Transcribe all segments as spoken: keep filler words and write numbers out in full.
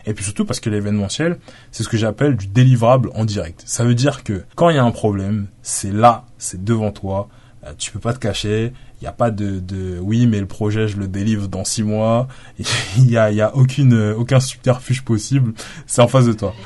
Et puis surtout parce que l'événementiel, c'est ce que j'appelle du délivrable en direct. Ça veut dire que quand il y a un problème, c'est là, c'est devant toi. Euh, tu peux pas te cacher. Il y a pas de, de oui, mais le projet, je le délivre dans six mois. Il y a, il y a aucune, aucun subterfuge possible. C'est en face de toi.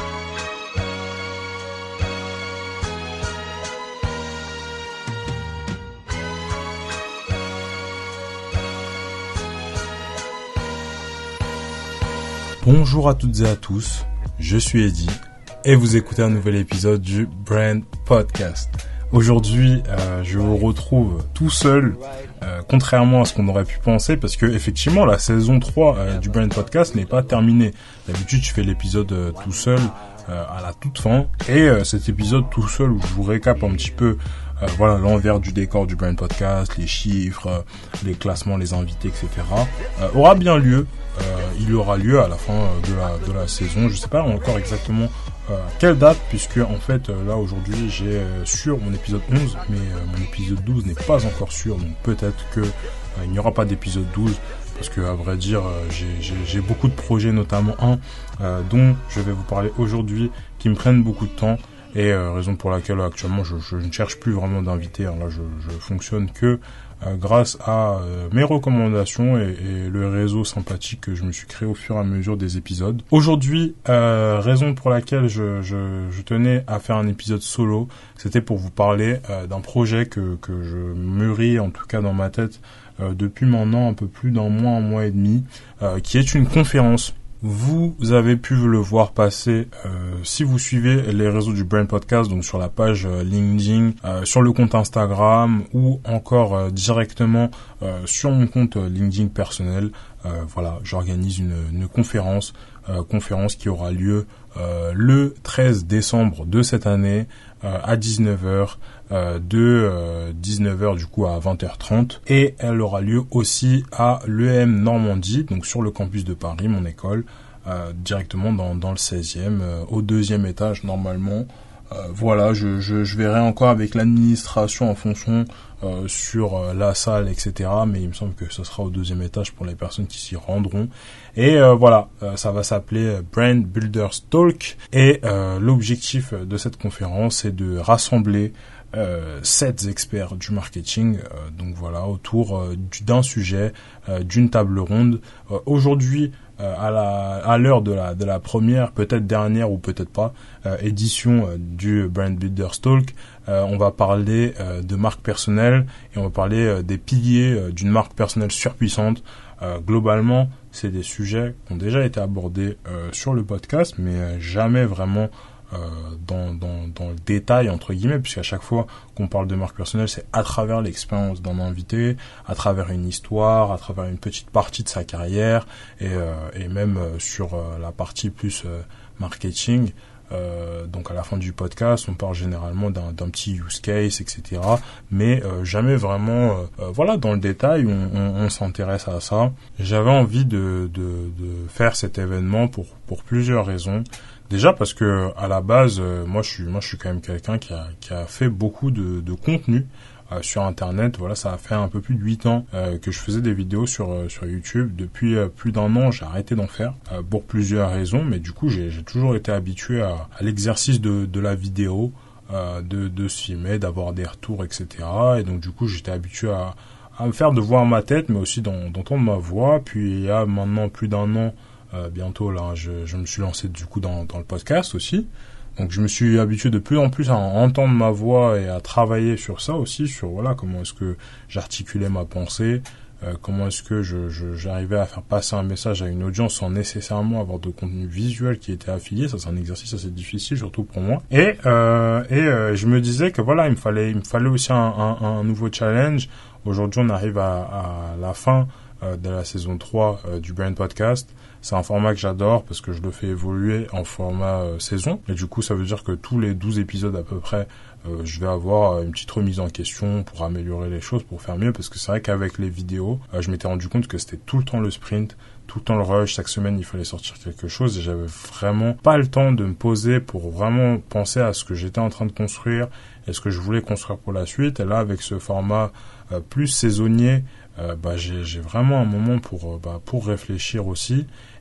Bonjour à toutes et à tous, je suis Eddy et vous écoutez un nouvel épisode du Brand Podcast. Aujourd'hui, euh, je vous retrouve tout seul, euh, contrairement à ce qu'on aurait pu penser, parce que effectivement, la saison trois euh, du Brand Podcast n'est pas terminée. D'habitude, je fais l'épisode euh, tout seul euh, à la toute fin, et euh, cet épisode tout seul où je vous récape un petit peu euh, voilà l'envers du décor du Brand Podcast, les chiffres, euh, les classements, les invités, et cetera euh, aura bien lieu. Euh, il aura lieu à la fin de la de la saison. Je sais pas encore exactement euh, quelle date, puisque en fait euh, là aujourd'hui j'ai euh, sûr mon épisode onze, mais euh, mon épisode douze n'est pas encore sûr, donc peut-être que euh, il n'y aura pas d'épisode douze, parce que à vrai dire euh, j'ai, j'ai j'ai beaucoup de projets, notamment un euh, dont je vais vous parler aujourd'hui, qui me prennent beaucoup de temps, et euh, raison pour laquelle actuellement je, je ne cherche plus vraiment d'invités. Hein. Là je, je fonctionne que Euh, grâce à euh, mes recommandations et, et le réseau sympathique que je me suis créé au fur et à mesure des épisodes. Aujourd'hui, euh, raison pour laquelle je, je, je tenais à faire un épisode solo, c'était pour vous parler euh, d'un projet que, que je mûris, en tout cas dans ma tête, euh, depuis maintenant un peu plus d'un mois, un mois et demi, euh, qui est une conférence. Vous avez pu le voir passer euh, si vous suivez les réseaux du Brand Podcast, donc sur la page euh, LinkedIn, euh, sur le compte Instagram ou encore euh, directement euh, sur mon compte euh, LinkedIn personnel. Euh, voilà, j'organise une, une conférence, euh, conférence qui aura lieu euh, le treize décembre de cette année euh, à dix-neuf heures. Euh, de euh, dix-neuf heures du coup à vingt heures trente, et elle aura lieu aussi à l'E M Normandie, donc sur le campus de Paris, mon école, euh, directement dans, dans le seizième, euh, au deuxième étage normalement. Euh, voilà, je, je, je verrai encore avec l'administration en fonction euh, sur euh, la salle, et cetera. Mais il me semble que ce sera au deuxième étage pour les personnes qui s'y rendront. Et euh, voilà, euh, ça va s'appeler Brand Builders Talk. Et euh, l'objectif de cette conférence, c'est de rassembler Euh, sept experts du marketing, euh, donc voilà, autour euh, du, d'un sujet, euh, d'une table ronde. Euh, aujourd'hui, euh, à la à l'heure de la de la première, peut-être dernière ou peut-être pas, euh, édition euh, du Brand Builders Talk, euh, on va parler euh, de marque personnelle et on va parler euh, des piliers euh, d'une marque personnelle surpuissante. Euh, globalement, c'est des sujets qui ont déjà été abordés euh, sur le podcast, mais euh, jamais vraiment Euh, dans, dans, dans le détail entre guillemets, puisqu'à chaque fois qu'on parle de marque personnelle, c'est à travers l'expérience d'un invité, à travers une histoire, à travers une petite partie de sa carrière, et, euh, et même euh, sur euh, la partie plus euh, marketing. Euh, donc à la fin du podcast, on parle généralement d'un, d'un petit use case, et cetera. Mais euh, jamais vraiment, euh, euh, voilà, dans le détail, on, on, on s'intéresse à ça. J'avais envie de, de, de faire cet événement pour pour plusieurs raisons. Déjà parce que à la base, euh, moi je suis moi je suis quand même quelqu'un qui a qui a fait beaucoup de, de contenu euh, sur Internet. Voilà, ça a fait un peu plus de huit ans euh, que je faisais des vidéos sur euh, sur YouTube. Depuis euh, plus d'un an, j'ai arrêté d'en faire euh, pour plusieurs raisons, mais du coup j'ai j'ai toujours été habitué à, à l'exercice de de la vidéo, euh, de de se filmer, d'avoir des retours, et cetera. Et donc du coup j'étais habitué à à me faire de voir ma tête, mais aussi d'entendre ma voix. Puis il y a maintenant plus d'un an. Euh, bientôt là, je, je me suis lancé du coup dans, dans le podcast aussi. Donc je me suis habitué de plus en plus à entendre ma voix et à travailler sur ça aussi, sur voilà comment est-ce que j'articulais ma pensée, euh, comment est-ce que je, je, j'arrivais à faire passer un message à une audience sans nécessairement avoir de contenu visuel qui était affilié. Ça c'est un exercice assez difficile, surtout pour moi. Et euh, et euh, je me disais que voilà, il me fallait il me fallait aussi un, un, un nouveau challenge. Aujourd'hui on arrive à, à la fin euh, de la saison trois euh, du Brand Podcast. C'est un format que j'adore parce que je le fais évoluer en format euh, saison. Et du coup, ça veut dire que tous les douze épisodes à peu près, euh, je vais avoir une petite remise en question pour améliorer les choses, pour faire mieux. Parce que c'est vrai qu'avec les vidéos, euh, je m'étais rendu compte que c'était tout le temps le sprint, tout le temps le rush. Chaque semaine, il fallait sortir quelque chose et j'avais vraiment pas le temps de me poser pour vraiment penser à ce que j'étais en train de construire et ce que je voulais construire pour la suite. Et là, avec ce format euh, plus saisonnier, Euh, bah, j'ai, j'ai vraiment un moment pour, euh, bah, pour réfléchir aussi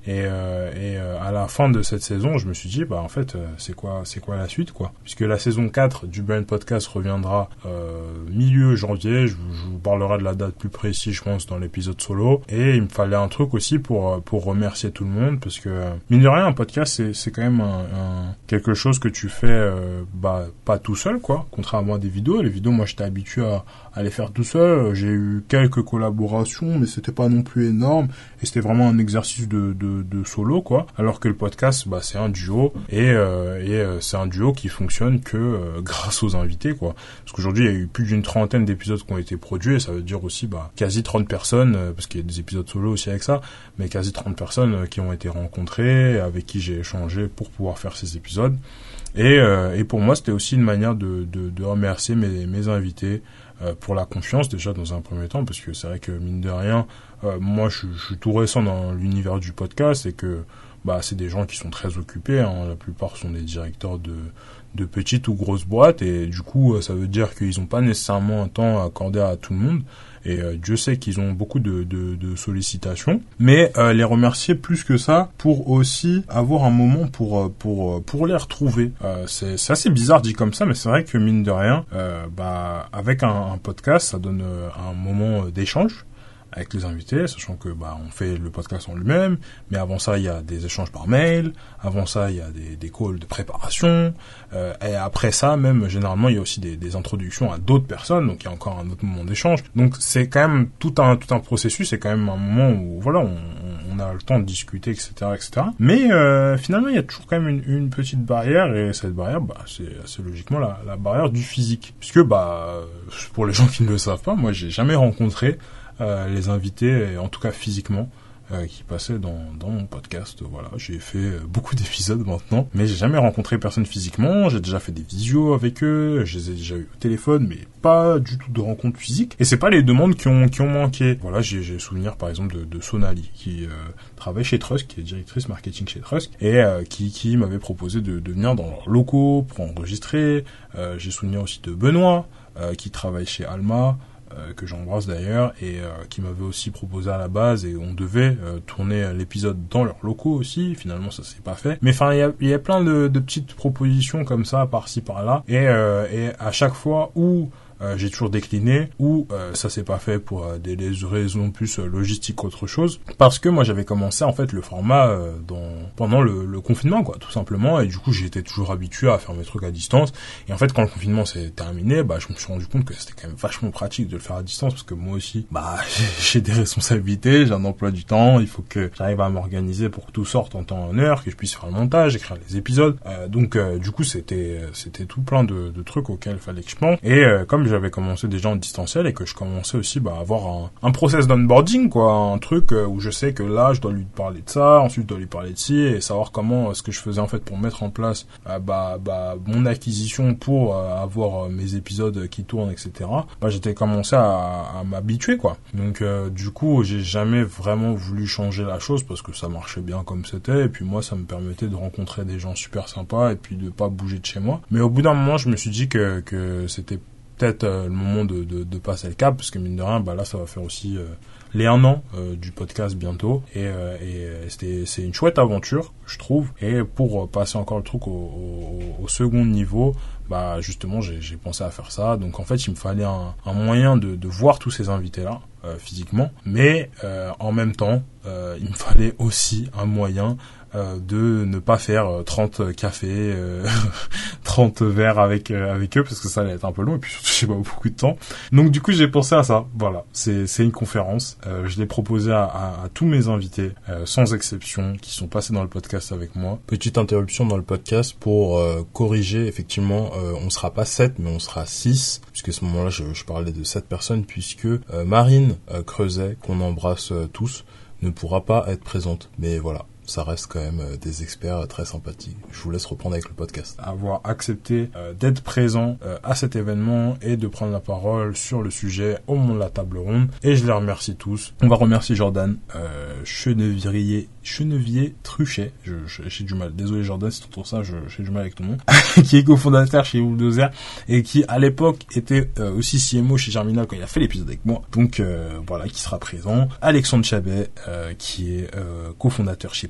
Et, euh, et euh, à la fin de cette saison, je me suis dit, bah en fait, euh, c'est quoi, c'est quoi la suite, quoi. Puisque la saison quatre du Brand Podcast reviendra euh, milieu janvier. Je, je vous parlerai de la date plus précise, je pense, dans l'épisode solo. Et il me fallait un truc aussi pour pour remercier tout le monde, parce que mine de rien, un podcast, c'est c'est quand même un, un quelque chose que tu fais, euh, bah pas tout seul, quoi. Contrairement à des vidéos, les vidéos, moi, j'étais habitué à, à les faire tout seul. J'ai eu quelques collaborations, mais c'était pas non plus énorme. Et c'était vraiment un exercice de, de, de solo, quoi. Alors que le podcast, bah, c'est un duo. Et, euh, et euh, c'est un duo qui fonctionne que euh, grâce aux invités, quoi. Parce qu'aujourd'hui, il y a eu plus d'une trentaine d'épisodes qui ont été produits. Et ça veut dire aussi, bah, quasi trente personnes, euh, parce qu'il y a des épisodes solo aussi avec ça, mais quasi trente personnes euh, qui ont été rencontrées, avec qui j'ai échangé pour pouvoir faire ces épisodes. Et, euh, et pour moi, c'était aussi une manière de, de, de remercier mes, mes invités euh, pour la confiance, déjà dans un premier temps, parce que c'est vrai que mine de rien, euh, moi je, je suis tout récent dans l'univers du podcast et que bah c'est des gens qui sont très occupés, hein. La plupart sont des directeurs de, de petites ou grosses boîtes et du coup ça veut dire qu'ils n'ont pas nécessairement un temps accordé à tout le monde. Et euh, Dieu sait qu'ils ont beaucoup de, de, de sollicitations, mais euh, les remercier plus que ça pour aussi avoir un moment pour pour pour les retrouver. Euh, c'est, c'est assez bizarre dit comme ça, mais c'est vrai que mine de rien, euh, bah avec un, un podcast, ça donne euh, un moment d'échange avec les invités, sachant que bah on fait le podcast en lui-même, mais avant ça il y a des échanges par mail, avant ça il y a des, des calls de préparation, euh, et après ça même généralement il y a aussi des, des introductions à d'autres personnes, donc il y a encore un autre moment d'échange. Donc c'est quand même tout un tout un processus, c'est quand même un moment où voilà on, on a le temps de discuter, et cetera, et cetera. Mais euh, finalement il y a toujours quand même une, une petite barrière, et cette barrière bah c'est assez logiquement la, la barrière du physique, puisque bah pour les gens qui ne le savent pas, moi j'ai jamais rencontré Euh, les invités, en tout cas physiquement, euh, qui passaient dans, dans mon podcast. Voilà, j'ai fait euh, beaucoup d'épisodes maintenant, mais j'ai jamais rencontré personne physiquement. J'ai déjà fait des visios avec eux, je les ai déjà eu au téléphone, mais pas du tout de rencontres physiques. Et c'est pas les demandes qui ont qui ont manqué. Voilà, j'ai j'ai souvenir par exemple de, de Sonali qui euh, travaille chez Trusk, qui est directrice marketing chez Trusk, et euh, qui qui m'avait proposé de, de venir dans leurs locaux pour enregistrer. Euh, j'ai souvenir aussi de Benoît euh, qui travaille chez Alma. Euh, que j'embrasse d'ailleurs, et euh, qui m'avait aussi proposé à la base, et on devait euh, tourner l'épisode dans leurs locaux aussi. Finalement ça s'est pas fait, mais enfin il y a, y a plein de, de petites propositions comme ça par-ci par-là, et, euh, et à chaque fois où Euh, j'ai toujours décliné, ou euh, ça s'est pas fait pour euh, des, des raisons plus euh, logistiques qu'autre chose, parce que moi j'avais commencé en fait le format euh, dans pendant le, le confinement, quoi, tout simplement, et du coup j'étais toujours habitué à faire mes trucs à distance, et en fait quand le confinement s'est terminé, bah je me suis rendu compte que c'était quand même vachement pratique de le faire à distance, parce que moi aussi bah j'ai des responsabilités, j'ai un emploi du temps, il faut que j'arrive à m'organiser pour que tout sorte en temps et en heure, que je puisse faire le montage, écrire les épisodes, euh, donc euh, du coup c'était c'était tout plein de, de trucs auxquels il fallait que je pense, et euh, comme j'avais commencé déjà en distanciel et que je commençais aussi bah, à avoir un, un process d'onboarding, quoi, un truc euh, où je sais que là je dois lui parler de ça, ensuite je dois lui parler de ci, et savoir comment euh, ce que je faisais en fait pour mettre en place euh, bah, bah, mon acquisition pour euh, avoir euh, mes épisodes qui tournent, et cetera. Bah, j'étais commencé à, à m'habituer, quoi. Donc euh, du coup j'ai jamais vraiment voulu changer la chose parce que ça marchait bien comme c'était, et puis moi ça me permettait de rencontrer des gens super sympas et puis de pas bouger de chez moi. Mais au bout d'un moment je me suis dit que, que c'était peut-être euh, le moment de, de, de passer le cap, parce que mine de rien, bah là, ça va faire aussi euh, les un an euh, du podcast bientôt, et, euh, et c'était, c'est une chouette aventure, je trouve, et pour passer encore le truc au, au, au second niveau, bah justement, j'ai, j'ai pensé à faire ça, donc en fait, il me fallait un, un moyen de, de voir tous ces invités-là, euh, physiquement, mais euh, en même temps, euh, il me fallait aussi un moyen Euh, de ne pas faire euh, trente cafés, euh, trente verres avec euh, avec eux, parce que ça allait être un peu long, et puis surtout j'ai pas beaucoup de temps. Donc du coup j'ai pensé à ça. Voilà, c'est c'est une conférence. Euh, je l'ai proposé à, à, à tous mes invités, euh, sans exception, qui sont passés dans le podcast avec moi. Petite interruption dans le podcast pour euh, corriger. Effectivement, euh, on sera pas sept, mais on sera six, puisque à ce moment-là je, je parlais de sept personnes, puisque euh, Marine euh, Creuset, qu'on embrasse euh, tous, ne pourra pas être présente. Mais voilà, ça reste quand même euh, des experts euh, très sympathiques. Je vous laisse reprendre avec le podcast. Avoir accepté euh, d'être présent euh, à cet événement et de prendre la parole sur le sujet au moment de la table ronde. Et je les remercie tous. On va remercier Jordan euh, Chenevier, Chenevier Truchet. Je, je, j'ai du mal. Désolé Jordan, si tu entends ça, je, j'ai du mal avec ton nom. Qui est cofondateur chez Bulldozer et qui à l'époque était euh, aussi C M O chez Germinal quand il a fait l'épisode avec moi. Donc euh, voilà, qui sera présent. Alexandre Chabet, euh, qui est euh, cofondateur chez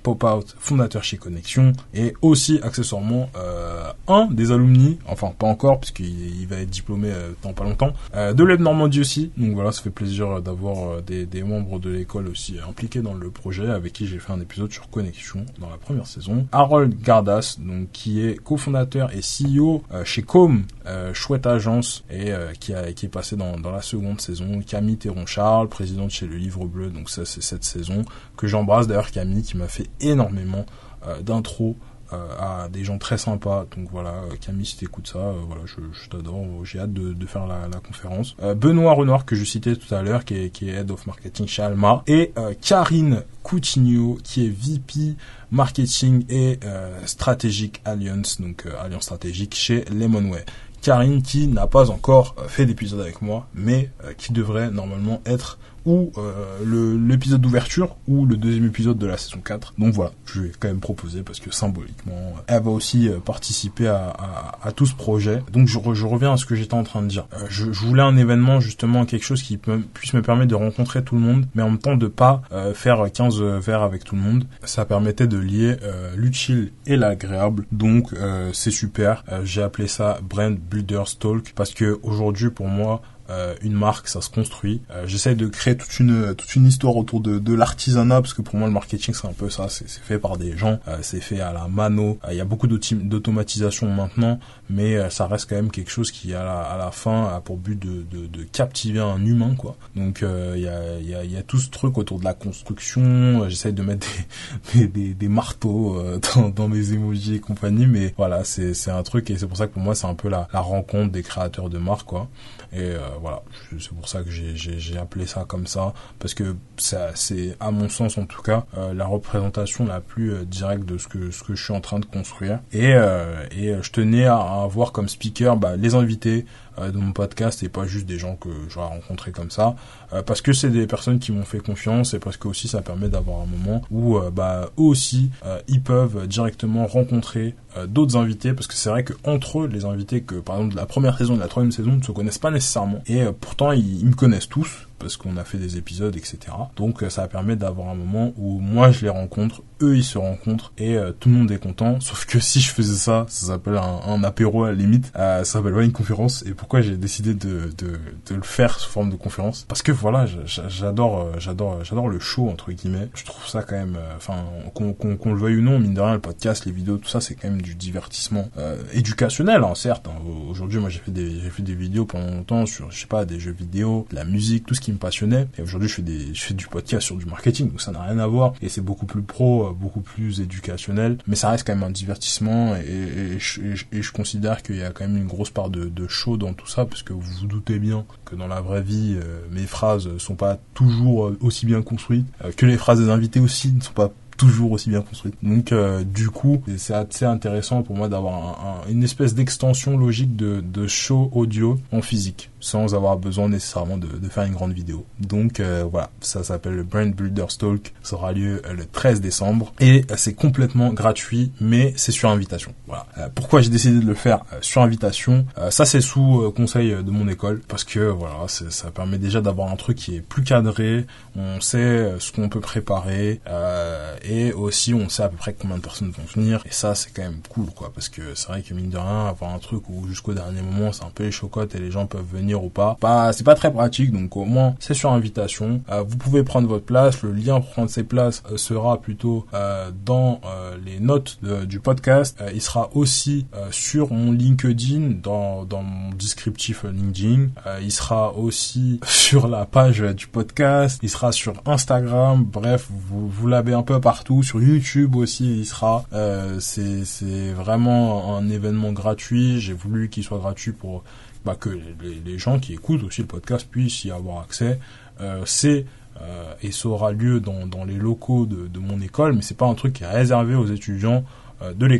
Pop-Out, fondateur chez Connexion, et aussi accessoirement euh, un des alumni, enfin pas encore puisqu'il il va être diplômé euh, dans pas longtemps, euh, de l'E B Normandie aussi. Donc voilà, ça fait plaisir d'avoir euh, des, des membres de l'école aussi impliqués dans le projet, avec qui j'ai fait un épisode sur Connexion dans la première saison. Harold Gardas, donc qui est cofondateur et C E O euh, chez Com, euh, chouette agence, et euh, qui a qui est passé dans dans la seconde saison. Camille Théron-Charles, présidente chez Le Livre Bleu, donc ça c'est cette saison que j'embrasse d'ailleurs. Camille qui m'a fait énormément euh, d'intro euh, à des gens très sympas. Donc voilà, Camille, si t'écoutes ça, euh, voilà, je, je t'adore. J'ai hâte de, de faire la, la conférence. Euh, Benoît Renoir que je citais tout à l'heure, qui est, qui est Head of Marketing chez Alma, et euh, Karine Coutinho qui est V P Marketing et euh, Strategic Alliance, donc euh, Alliance stratégique chez Lemonway. Karine qui n'a pas encore euh, fait d'épisode avec moi, mais euh, qui devrait normalement être ou euh, le, l'épisode d'ouverture ou le deuxième épisode de la saison quatre. Donc voilà, je vais quand même proposer parce que symboliquement, elle va aussi euh, participer à, à, à tout ce projet. Donc je, je reviens à ce que j'étais en train de dire. Euh, je, je voulais un événement, justement, quelque chose qui peut, puisse me permettre de rencontrer tout le monde, mais en même temps de pas euh, faire quinze verres avec tout le monde. Ça permettait de lier euh, l'utile et l'agréable. Donc euh, c'est super. Euh, j'ai appelé ça Brand Builders Talk parce que aujourd'hui, pour moi, Euh, une marque, ça se construit. Euh, j'essaie de créer toute une toute une histoire autour de de l'artisanat, parce que pour moi le marketing c'est un peu ça, c'est, c'est fait par des gens, euh, c'est fait à la mano. Il euh, y a beaucoup d'automatisation maintenant, mais euh, ça reste quand même quelque chose qui à la à la fin a pour but de de, de captiver un humain, quoi. Donc il euh, y a il y a il y a tout ce truc autour de la construction. Euh, j'essaie de mettre des des, des, des marteaux euh, dans dans mes emojis et compagnie, mais voilà, c'est c'est un truc, et c'est pour ça que pour moi c'est un peu la la rencontre des créateurs de marque, quoi. Et euh, voilà, c'est pour ça que j'ai, j'ai, j'ai appelé ça comme ça, parce que ça, c'est, à mon sens en tout cas, euh, la représentation la plus euh, directe de ce que ce que je suis en train de construire. Et euh, et je tenais à, à avoir comme speaker bah, les invités euh, de mon podcast, et pas juste des gens que j'aurais rencontrés comme ça, euh, parce que c'est des personnes qui m'ont fait confiance, et parce que aussi ça permet d'avoir un moment où euh, bah eux aussi euh, ils peuvent directement rencontrer euh, d'autres invités, parce que c'est vrai que entre eux, les invités que par exemple de la première saison et de la troisième saison ne se connaissent pas nécessairement, et euh, pourtant ils, ils me connaissent tous parce qu'on a fait des épisodes, et cetera. Donc euh, ça permet d'avoir un moment où moi je les rencontre, eux ils se rencontrent, et euh, tout le monde est content. Sauf que si je faisais ça, ça s'appelle un, un apéro à la limite, euh, ça s'appelle pas une conférence. Et pourquoi j'ai décidé de, de, de le faire sous forme de conférence? Parce que voilà, j'adore, j'adore, j'adore le show entre guillemets. Je trouve ça quand même, enfin euh, qu'on, qu'on, qu'on le veuille ou non, mine de rien, le podcast, les vidéos, tout ça, c'est quand même du divertissement euh, éducationnel, hein, certes. Hein. Aujourd'hui, moi j'ai fait des, j'ai fait des vidéos pendant longtemps sur, je sais pas, des jeux vidéo, de la musique, tout ce qui me passionnait, et aujourd'hui je fais des je fais du podcast sur du marketing, donc ça n'a rien à voir, et c'est beaucoup plus pro, beaucoup plus éducationnel, mais ça reste quand même un divertissement, et, et, et, je, et je considère qu'il y a quand même une grosse part de, de show dans tout ça, parce que vous vous doutez bien que dans la vraie vie euh, mes phrases sont pas toujours aussi bien construites, euh, que les phrases des invités aussi ne sont pas toujours aussi bien construite. Donc euh, du coup, c'est assez intéressant pour moi d'avoir un, un, une espèce d'extension logique de, de show audio en physique, sans avoir besoin nécessairement de, de faire une grande vidéo. Donc euh, voilà, ça s'appelle le Brand Builders Talk, ça aura lieu le treize décembre, et euh, c'est complètement gratuit, mais c'est sur invitation. Voilà. Euh, pourquoi j'ai décidé de le faire euh, sur invitation? euh, Ça c'est sous euh, conseil de mon école, parce que voilà, c'est, ça permet déjà d'avoir un truc qui est plus cadré, on sait euh, ce qu'on peut préparer, euh, et aussi on sait à peu près combien de personnes vont venir, et ça c'est quand même cool, quoi, parce que c'est vrai que mine de rien, avoir un truc où jusqu'au dernier moment c'est un peu les chocottes et les gens peuvent venir ou pas, bah c'est pas très pratique. Donc au moins c'est sur invitation. Euh, vous pouvez prendre votre place, le lien pour prendre ses places euh, sera plutôt euh, dans euh, les notes de, du podcast. Euh, il sera aussi euh, sur mon LinkedIn, dans, dans mon descriptif LinkedIn. Euh, il sera aussi sur la page du podcast, il sera sur Instagram, bref, vous, vous l'avez un peu partout, sur YouTube aussi il sera. Euh, c'est, c'est vraiment un événement gratuit, j'ai voulu qu'il soit gratuit pour bah, que les, les gens qui écoutent aussi le podcast puissent y avoir accès. Euh, c'est euh, et ça aura lieu dans, dans les locaux de, de mon école, mais c'est pas un truc qui est réservé aux étudiants euh, de l'école.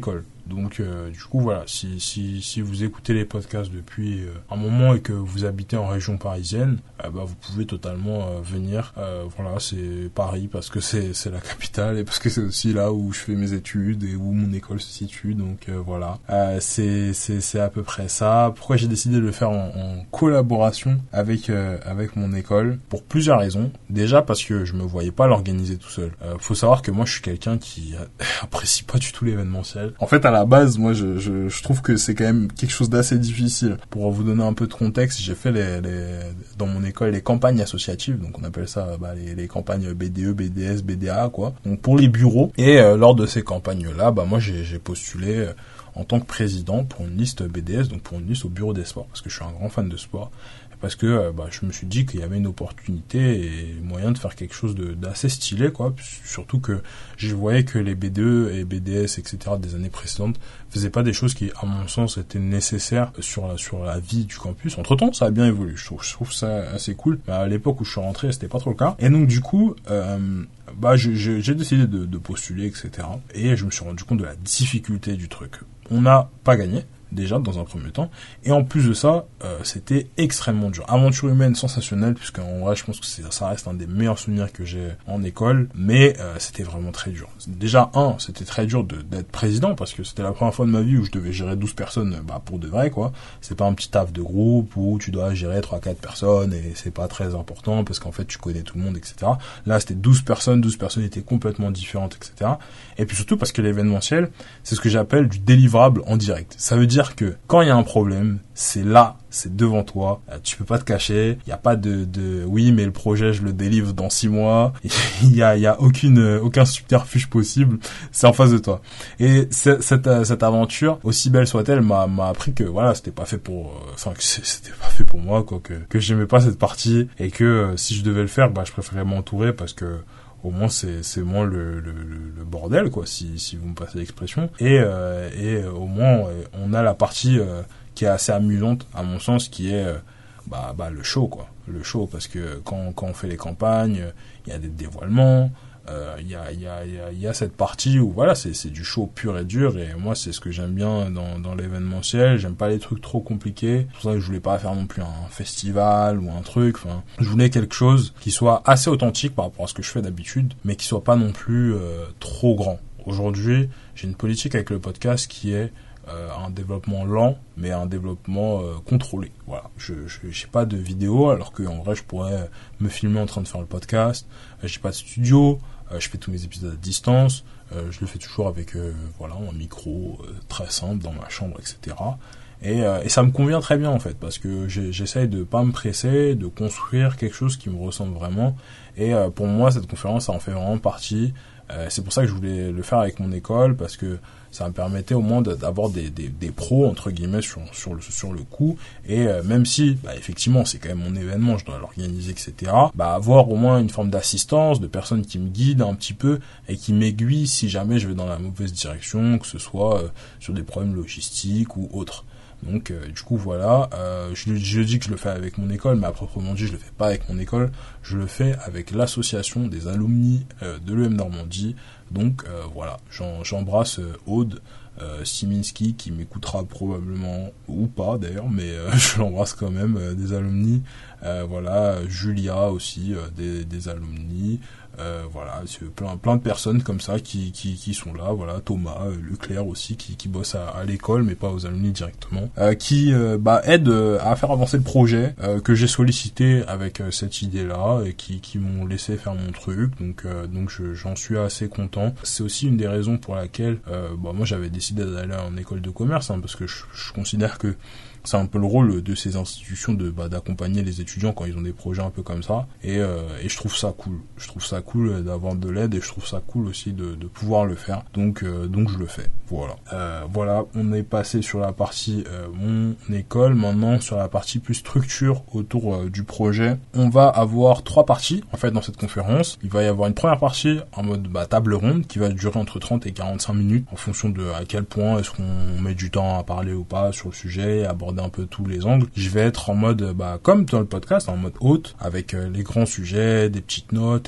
Donc euh, du coup voilà, si si si vous écoutez les podcasts depuis euh, un moment et que vous habitez en région parisienne, euh, bah vous pouvez totalement euh, venir. Euh, voilà, c'est Paris parce que c'est c'est la capitale et parce que c'est aussi là où je fais mes études et où mon école se situe. Donc euh, voilà, euh, c'est c'est c'est à peu près ça. Pourquoi j'ai décidé de le faire en, en collaboration avec euh, avec mon école? Pour plusieurs raisons. Déjà parce que je me voyais pas l'organiser tout seul. Euh, faut savoir que moi je suis quelqu'un qui apprécie pas du tout l'événementiel. En fait à la base moi je je, je trouve que c'est quand même quelque chose d'assez difficile. Pour vous donner un peu de contexte, j'ai fait les, les dans mon école les campagnes associatives, donc on appelle ça bah, les, les campagnes B D E, B D S, B D A quoi. Donc pour les bureaux. Et euh, lors de ces campagnes là, bah moi j'ai j'ai postulé euh, en tant que président pour une liste B D S, donc pour une liste au bureau des sports, parce que je suis un grand fan de sport. Parce que euh, bah, je me suis dit qu'il y avait une opportunité et moyen de faire quelque chose de, d'assez stylé, quoi. Surtout que je voyais que les B D E et B D S, et cetera des années précédentes faisaient pas des choses qui, à mon sens, étaient nécessaires sur la, sur la vie du campus. Entre-temps, ça a bien évolué. Je trouve, je trouve ça assez cool. Mais à l'époque où je suis rentré, c'était pas trop le cas. Et donc, du coup, euh, bah, je, je, j'ai décidé de, de postuler, et cetera. Et je me suis rendu compte de la difficulté du truc. On n'a pas gagné. Déjà dans un premier temps, et en plus de ça euh, c'était extrêmement dur. Aventure humaine sensationnelle, puisqu'en vrai je pense que c'est, ça reste un des meilleurs souvenirs que j'ai en école, mais euh, c'était vraiment très dur. Déjà un, c'était très dur de, d'être président, parce que c'était la première fois de ma vie où je devais gérer douze personnes, bah pour de vrai quoi. C'est pas un petit taf de groupe où tu dois gérer trois quatre personnes et c'est pas très important parce qu'en fait tu connais tout le monde, et cetera. Là c'était douze personnes, douze personnes étaient complètement différentes, et cetera. Et puis surtout parce que l'événementiel, c'est ce que j'appelle du délivrable en direct. Ça veut dire que quand il y a un problème, c'est là, c'est devant toi, tu peux pas te cacher, il y a pas de, de oui mais le projet je le délivre dans six mois, il y a, il y a aucune, aucun subterfuge possible, c'est en face de toi. Et cette, cette aventure, aussi belle soit-elle, m'a, m'a appris que voilà, c'était pas fait pour, enfin que c'était pas fait pour moi, quoi, que, que j'aimais pas cette partie et que si je devais le faire, bah je préférais m'entourer parce que au moins c'est c'est moins le, le le bordel quoi, si si vous me passez l'expression, et euh, et au moins on a la partie euh, qui est assez amusante à mon sens, qui est euh, bah bah le show quoi, le show, parce que quand quand on fait les campagnes, il y a des dévoilements, euh, il y a il y a il y a il y a cette partie où voilà, c'est c'est du show pur et dur, et moi c'est ce que j'aime bien dans dans l'événementiel. J'aime pas les trucs trop compliqués, c'est pour ça que je voulais pas faire non plus un festival ou un truc, enfin je voulais quelque chose qui soit assez authentique par rapport à ce que je fais d'habitude, mais qui soit pas non plus euh, trop grand. Aujourd'hui j'ai une politique avec le podcast qui est Euh, un développement lent, mais un développement euh, contrôlé. Voilà. Je, je, j'ai pas de vidéo, alors que en vrai, je pourrais me filmer en train de faire le podcast. Euh, j'ai pas de studio. Euh, je fais tous mes épisodes à distance. Euh, je le fais toujours avec, euh, voilà, un micro euh, très simple dans ma chambre, et cetera. Et, euh, et ça me convient très bien en fait, parce que j'ai, j'essaye de pas me presser, de construire quelque chose qui me ressemble vraiment. Et euh, pour moi, cette conférence, ça en fait vraiment partie. Euh, c'est pour ça que je voulais le faire avec mon école, parce que ça me permettait au moins d'avoir des, des, des pros entre guillemets sur, sur, le, sur le coup, et euh, même si bah, effectivement c'est quand même mon événement, je dois l'organiser, et cetera, bah, avoir au moins une forme d'assistance, de personnes qui me guident un petit peu et qui m'aiguillent si jamais je vais dans la mauvaise direction, que ce soit euh, sur des problèmes logistiques ou autres. Donc euh, du coup voilà, euh, je, je dis que je le fais avec mon école, mais à proprement dit je le fais pas avec mon école, je le fais avec l'association des alumni euh, de l'E M Normandie. Donc euh, voilà, j'en, j'embrasse euh, Aude euh, Siminski, qui m'écoutera probablement ou pas d'ailleurs, mais euh, je l'embrasse quand même, euh, des alumni. Euh, voilà, Julia aussi, euh, des, des alumni. Euh, voilà, c'est plein plein de personnes comme ça qui qui qui sont là, voilà, Thomas euh, Leclerc aussi qui qui bosse à, à l'école mais pas aux alumni directement, euh, qui euh, bah aide euh, à faire avancer le projet euh, que j'ai sollicité avec euh, cette idée là, et qui qui m'ont laissé faire mon truc, donc euh, donc je, j'en suis assez content. C'est aussi une des raisons pour laquelle euh, bah moi j'avais décidé d'aller en école de commerce, hein, parce que je, je considère que c'est un peu le rôle de ces institutions de bah, d'accompagner les étudiants quand ils ont des projets un peu comme ça, et euh, et je trouve ça cool. Je trouve ça cool d'avoir de l'aide, et je trouve ça cool aussi de de pouvoir le faire. Donc euh, donc je le fais. Voilà. Euh, voilà, on est passé sur la partie euh, mon école. Maintenant sur la partie plus structure autour euh, du projet. On va avoir trois parties en fait dans cette conférence. Il va y avoir une première partie en mode bah, table ronde qui va durer entre trente et quarante-cinq minutes en fonction de à quel point est-ce qu'on met du temps à parler ou pas sur le sujet, aborder un peu tous les angles. Je vais être en mode bah comme dans le podcast, en mode hôte, avec euh, les grands sujets, des petites notes, et pour contrôler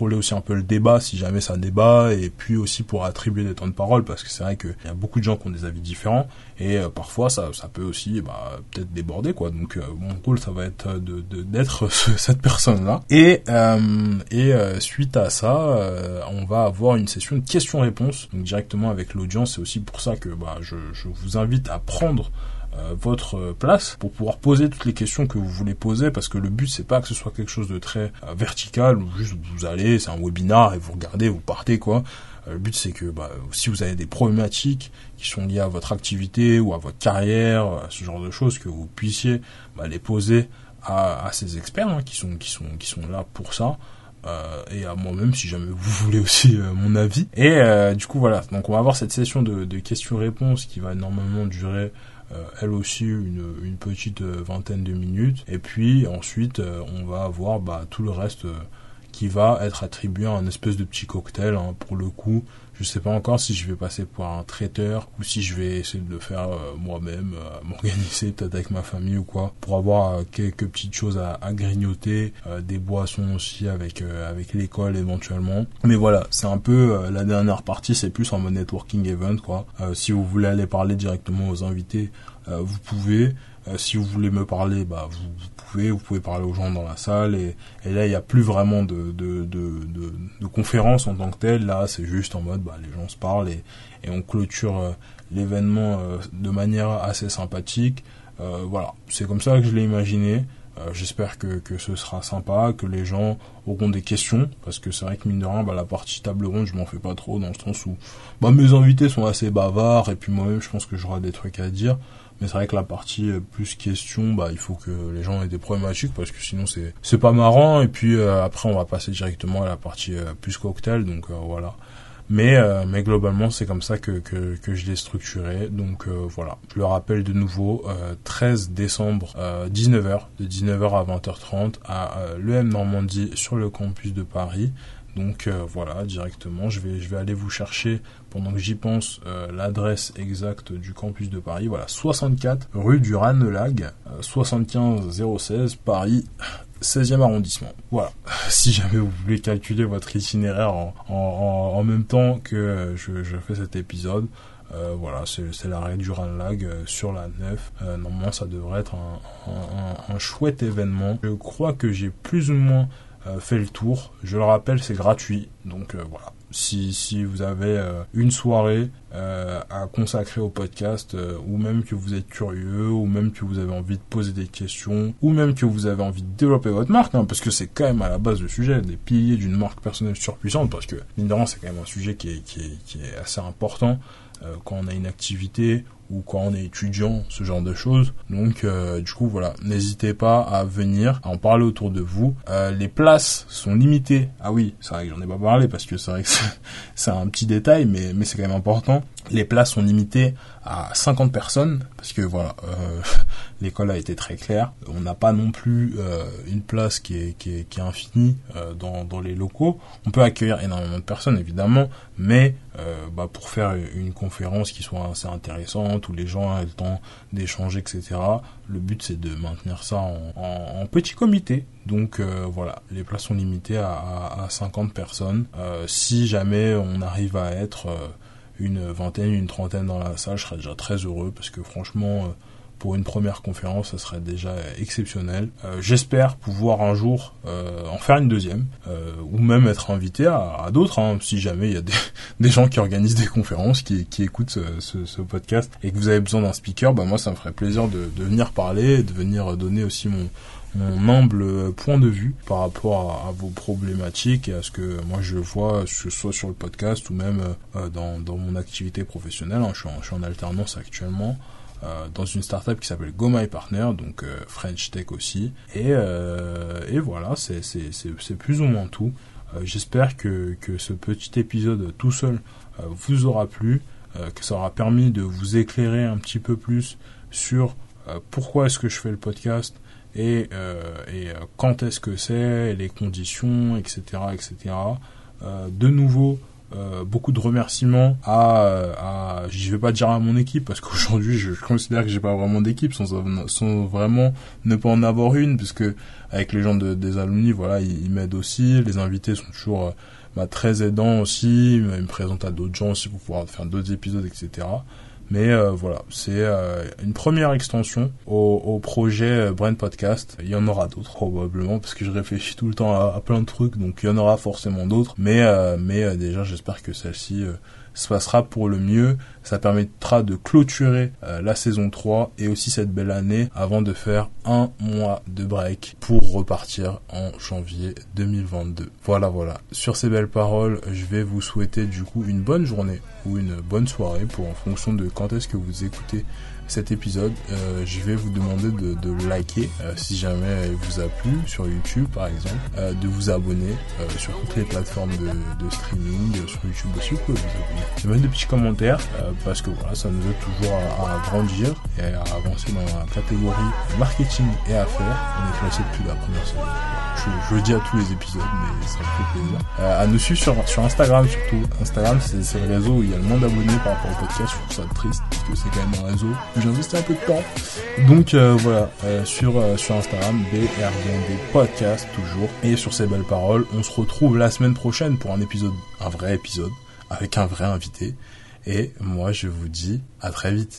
contrôler aussi un peu le débat si jamais ça débat, et puis aussi pour attribuer des temps de parole, parce que c'est vrai qu'il y a beaucoup de gens qui ont des avis différents, et euh, parfois ça ça peut aussi bah, peut-être déborder quoi. Donc euh, mon rôle ça va être de, de d'être cette personne là, et euh, et euh, suite à ça euh, on va avoir une session de questions-réponses donc directement avec l'audience. C'est aussi pour ça que bah je je vous invite à prendre Euh, votre place pour pouvoir poser toutes les questions que vous voulez poser, parce que le but c'est pas que ce soit quelque chose de très euh, vertical où juste vous allez, c'est un webinar et vous regardez, vous partez quoi. Euh, le but c'est que bah, si vous avez des problématiques qui sont liées à votre activité ou à votre carrière, à ce genre de choses, que vous puissiez bah, les poser à, à ces experts hein, qui sont qui sont qui sont là pour ça. Euh, et à moi-même si jamais vous voulez aussi euh, mon avis. Et euh, du coup voilà, donc on va avoir cette session de, de questions-réponses qui va normalement durer Euh, elle aussi une, une petite euh, vingtaine de minutes, et puis ensuite euh, on va avoir bah, tout le reste euh, qui va être attribué à un espèce de petit cocktail hein. Pour le coup je sais pas encore si je vais passer pour un traiteur ou si je vais essayer de le faire euh, moi-même, euh, m'organiser peut-être avec ma famille ou quoi, pour avoir euh, quelques petites choses à, à grignoter, euh, des boissons aussi avec euh, avec l'école éventuellement. Mais voilà, c'est un peu euh, la dernière partie, c'est plus en mode networking event quoi. Euh, si vous voulez aller parler directement aux invités, euh, vous pouvez. Euh, si vous voulez me parler, bah vous, vous pouvez, vous pouvez parler aux gens dans la salle, et, et là il n'y a plus vraiment de, de, de, de, de conférence en tant que telle. Là c'est juste en mode bah les gens se parlent et, et on clôture euh, l'événement euh, de manière assez sympathique. Euh, voilà, c'est comme ça que je l'ai imaginé. Euh, j'espère que, que ce sera sympa, que les gens auront des questions, parce que c'est vrai que mine de rien, bah, la partie table ronde, je m'en fais pas trop, dans le sens où bah, mes invités sont assez bavards, et puis moi-même, je pense que j'aurai des trucs à dire. Mais c'est vrai que la partie euh, plus questions, bah il faut que les gens aient des problématiques, parce que sinon c'est c'est pas marrant. Et puis euh, après, on va passer directement à la partie euh, plus cocktail, donc euh, voilà. Mais euh, mais globalement c'est comme ça que que que je l'ai structuré. Donc euh, voilà, je le rappelle de nouveau, euh, treize décembre, euh, dix-neuf heures, de dix-neuf heures à vingt heures trente à euh, l'E M Normandie sur le campus de Paris. Donc euh, voilà, directement, je vais je vais aller vous chercher pendant que j'y pense euh, l'adresse exacte du campus de Paris. Voilà, soixante-quatre rue du Ranelagh, euh, soixante-quinze zéro seize Paris, seizième arrondissement. Voilà. Si jamais vous voulez calculer votre itinéraire en, en, en, en même temps que je, je fais cet épisode, euh, voilà, c'est, c'est l'arrêt du Ranelagh euh, sur la neuf. Euh, normalement, ça devrait être un, un, un, un chouette événement. Je crois que j'ai plus ou moins euh, fait le tour. Je le rappelle, c'est gratuit. Donc euh, voilà. Si, si vous avez euh, une soirée euh, à consacrer au podcast, euh, ou même que vous êtes curieux, ou même que vous avez envie de poser des questions, ou même que vous avez envie de développer votre marque, hein, parce que c'est quand même à la base le sujet, des piliers d'une marque personnelle surpuissante, parce que mine de rien, c'est quand même un sujet qui est, qui est, qui est assez important euh, quand on a une activité ou quand on est étudiant, ce genre de choses. Donc euh, du coup voilà, n'hésitez pas à venir, à en parler autour de vous. Euh, les places sont limitées. Ah oui, c'est vrai que j'en ai pas parlé parce que c'est vrai que c'est, c'est un petit détail, mais, mais c'est quand même important. Les places sont limitées à cinquante personnes, parce que voilà, euh, l'école a été très claire. On n'a pas non plus euh, une place qui est, qui est, qui est infinie euh, dans, dans les locaux. On peut accueillir énormément de personnes, évidemment, mais euh, bah, pour faire une conférence qui soit assez intéressante, où les gens aient le temps d'échanger, et cetera, le but c'est de maintenir ça en, en, en petit comité. Donc euh, voilà, les places sont limitées à, à, à cinquante personnes. Euh, si jamais on arrive à être euh, une vingtaine, une trentaine dans la salle, je serais déjà très heureux, parce que franchement, euh, pour une première conférence, ça serait déjà exceptionnel. Euh, j'espère pouvoir un jour euh, en faire une deuxième, euh, ou même être invité à, à d'autres, hein, si jamais il y a des, des gens qui organisent des conférences, qui, qui écoutent ce, ce, ce podcast, et que vous avez besoin d'un speaker, bah moi ça me ferait plaisir de, de venir parler, de venir donner aussi mon mon humble point de vue par rapport à, à vos problématiques et à ce que moi je vois, que ce soit sur le podcast ou même euh, dans, dans mon activité professionnelle. Hein. Je suis en, je suis en alternance actuellement euh, dans une startup qui s'appelle Go My Partner, donc euh, French Tech aussi. Et, euh, et voilà, c'est, c'est, c'est, c'est plus ou moins tout. Euh, j'espère que, que ce petit épisode tout seul euh, vous aura plu, euh, que ça aura permis de vous éclairer un petit peu plus sur euh, pourquoi est-ce que je fais le podcast, et, euh, et euh, quand est-ce que c'est, les conditions, et cetera, et cetera. Euh, de nouveau, euh, beaucoup de remerciements à, à, je vais pas dire à mon équipe parce qu'aujourd'hui je, je considère que j'ai pas vraiment d'équipe sans, sans vraiment ne pas en avoir une, parce que avec les gens de, des alumni, voilà, ils, ils m'aident aussi. Les invités sont toujours euh, bah, très aidants aussi. Ils me présentent à d'autres gens aussi pour pouvoir faire d'autres épisodes, et cetera. Mais euh, voilà, c'est euh, une première extension au, au projet Brand Podcast. Il y en aura d'autres probablement, parce que je réfléchis tout le temps à, à plein de trucs, donc il y en aura forcément d'autres. Mais euh, mais euh, déjà, j'espère que celle-ci euh, se passera pour le mieux. Ça permettra de clôturer euh, la saison trois et aussi cette belle année avant de faire un mois de break pour repartir en janvier deux mille vingt-deux. Voilà, voilà. Sur ces belles paroles, je vais vous souhaiter du coup une bonne journée ou une bonne soirée pour en fonction de quand est-ce que vous écoutez cet épisode. Euh, je vais vous demander de, de liker euh, si jamais il vous a plu sur YouTube par exemple, euh, de vous abonner euh, sur toutes les plateformes de, de streaming, euh, sur YouTube aussi vous pouvez vous abonner, de mettre des petits commentaires euh, parce que voilà, ça nous aide toujours à, à grandir et à avancer dans la catégorie marketing et affaires. On est classé depuis la première saison. Je, je le dis à tous les épisodes, mais ça me fait plaisir. Euh, à nous suivre sur, sur Instagram surtout. Instagram, c'est, c'est le réseau où il y a le moins d'abonnés par rapport au podcast. Je trouve ça triste parce que c'est quand même un réseau où j'ai investi un peu de temps. Donc euh, voilà, euh, sur euh, sur Instagram, B R D N D Podcast toujours. Et sur ces belles paroles, on se retrouve la semaine prochaine pour un épisode, un vrai épisode avec un vrai invité. Et moi, je vous dis à très vite.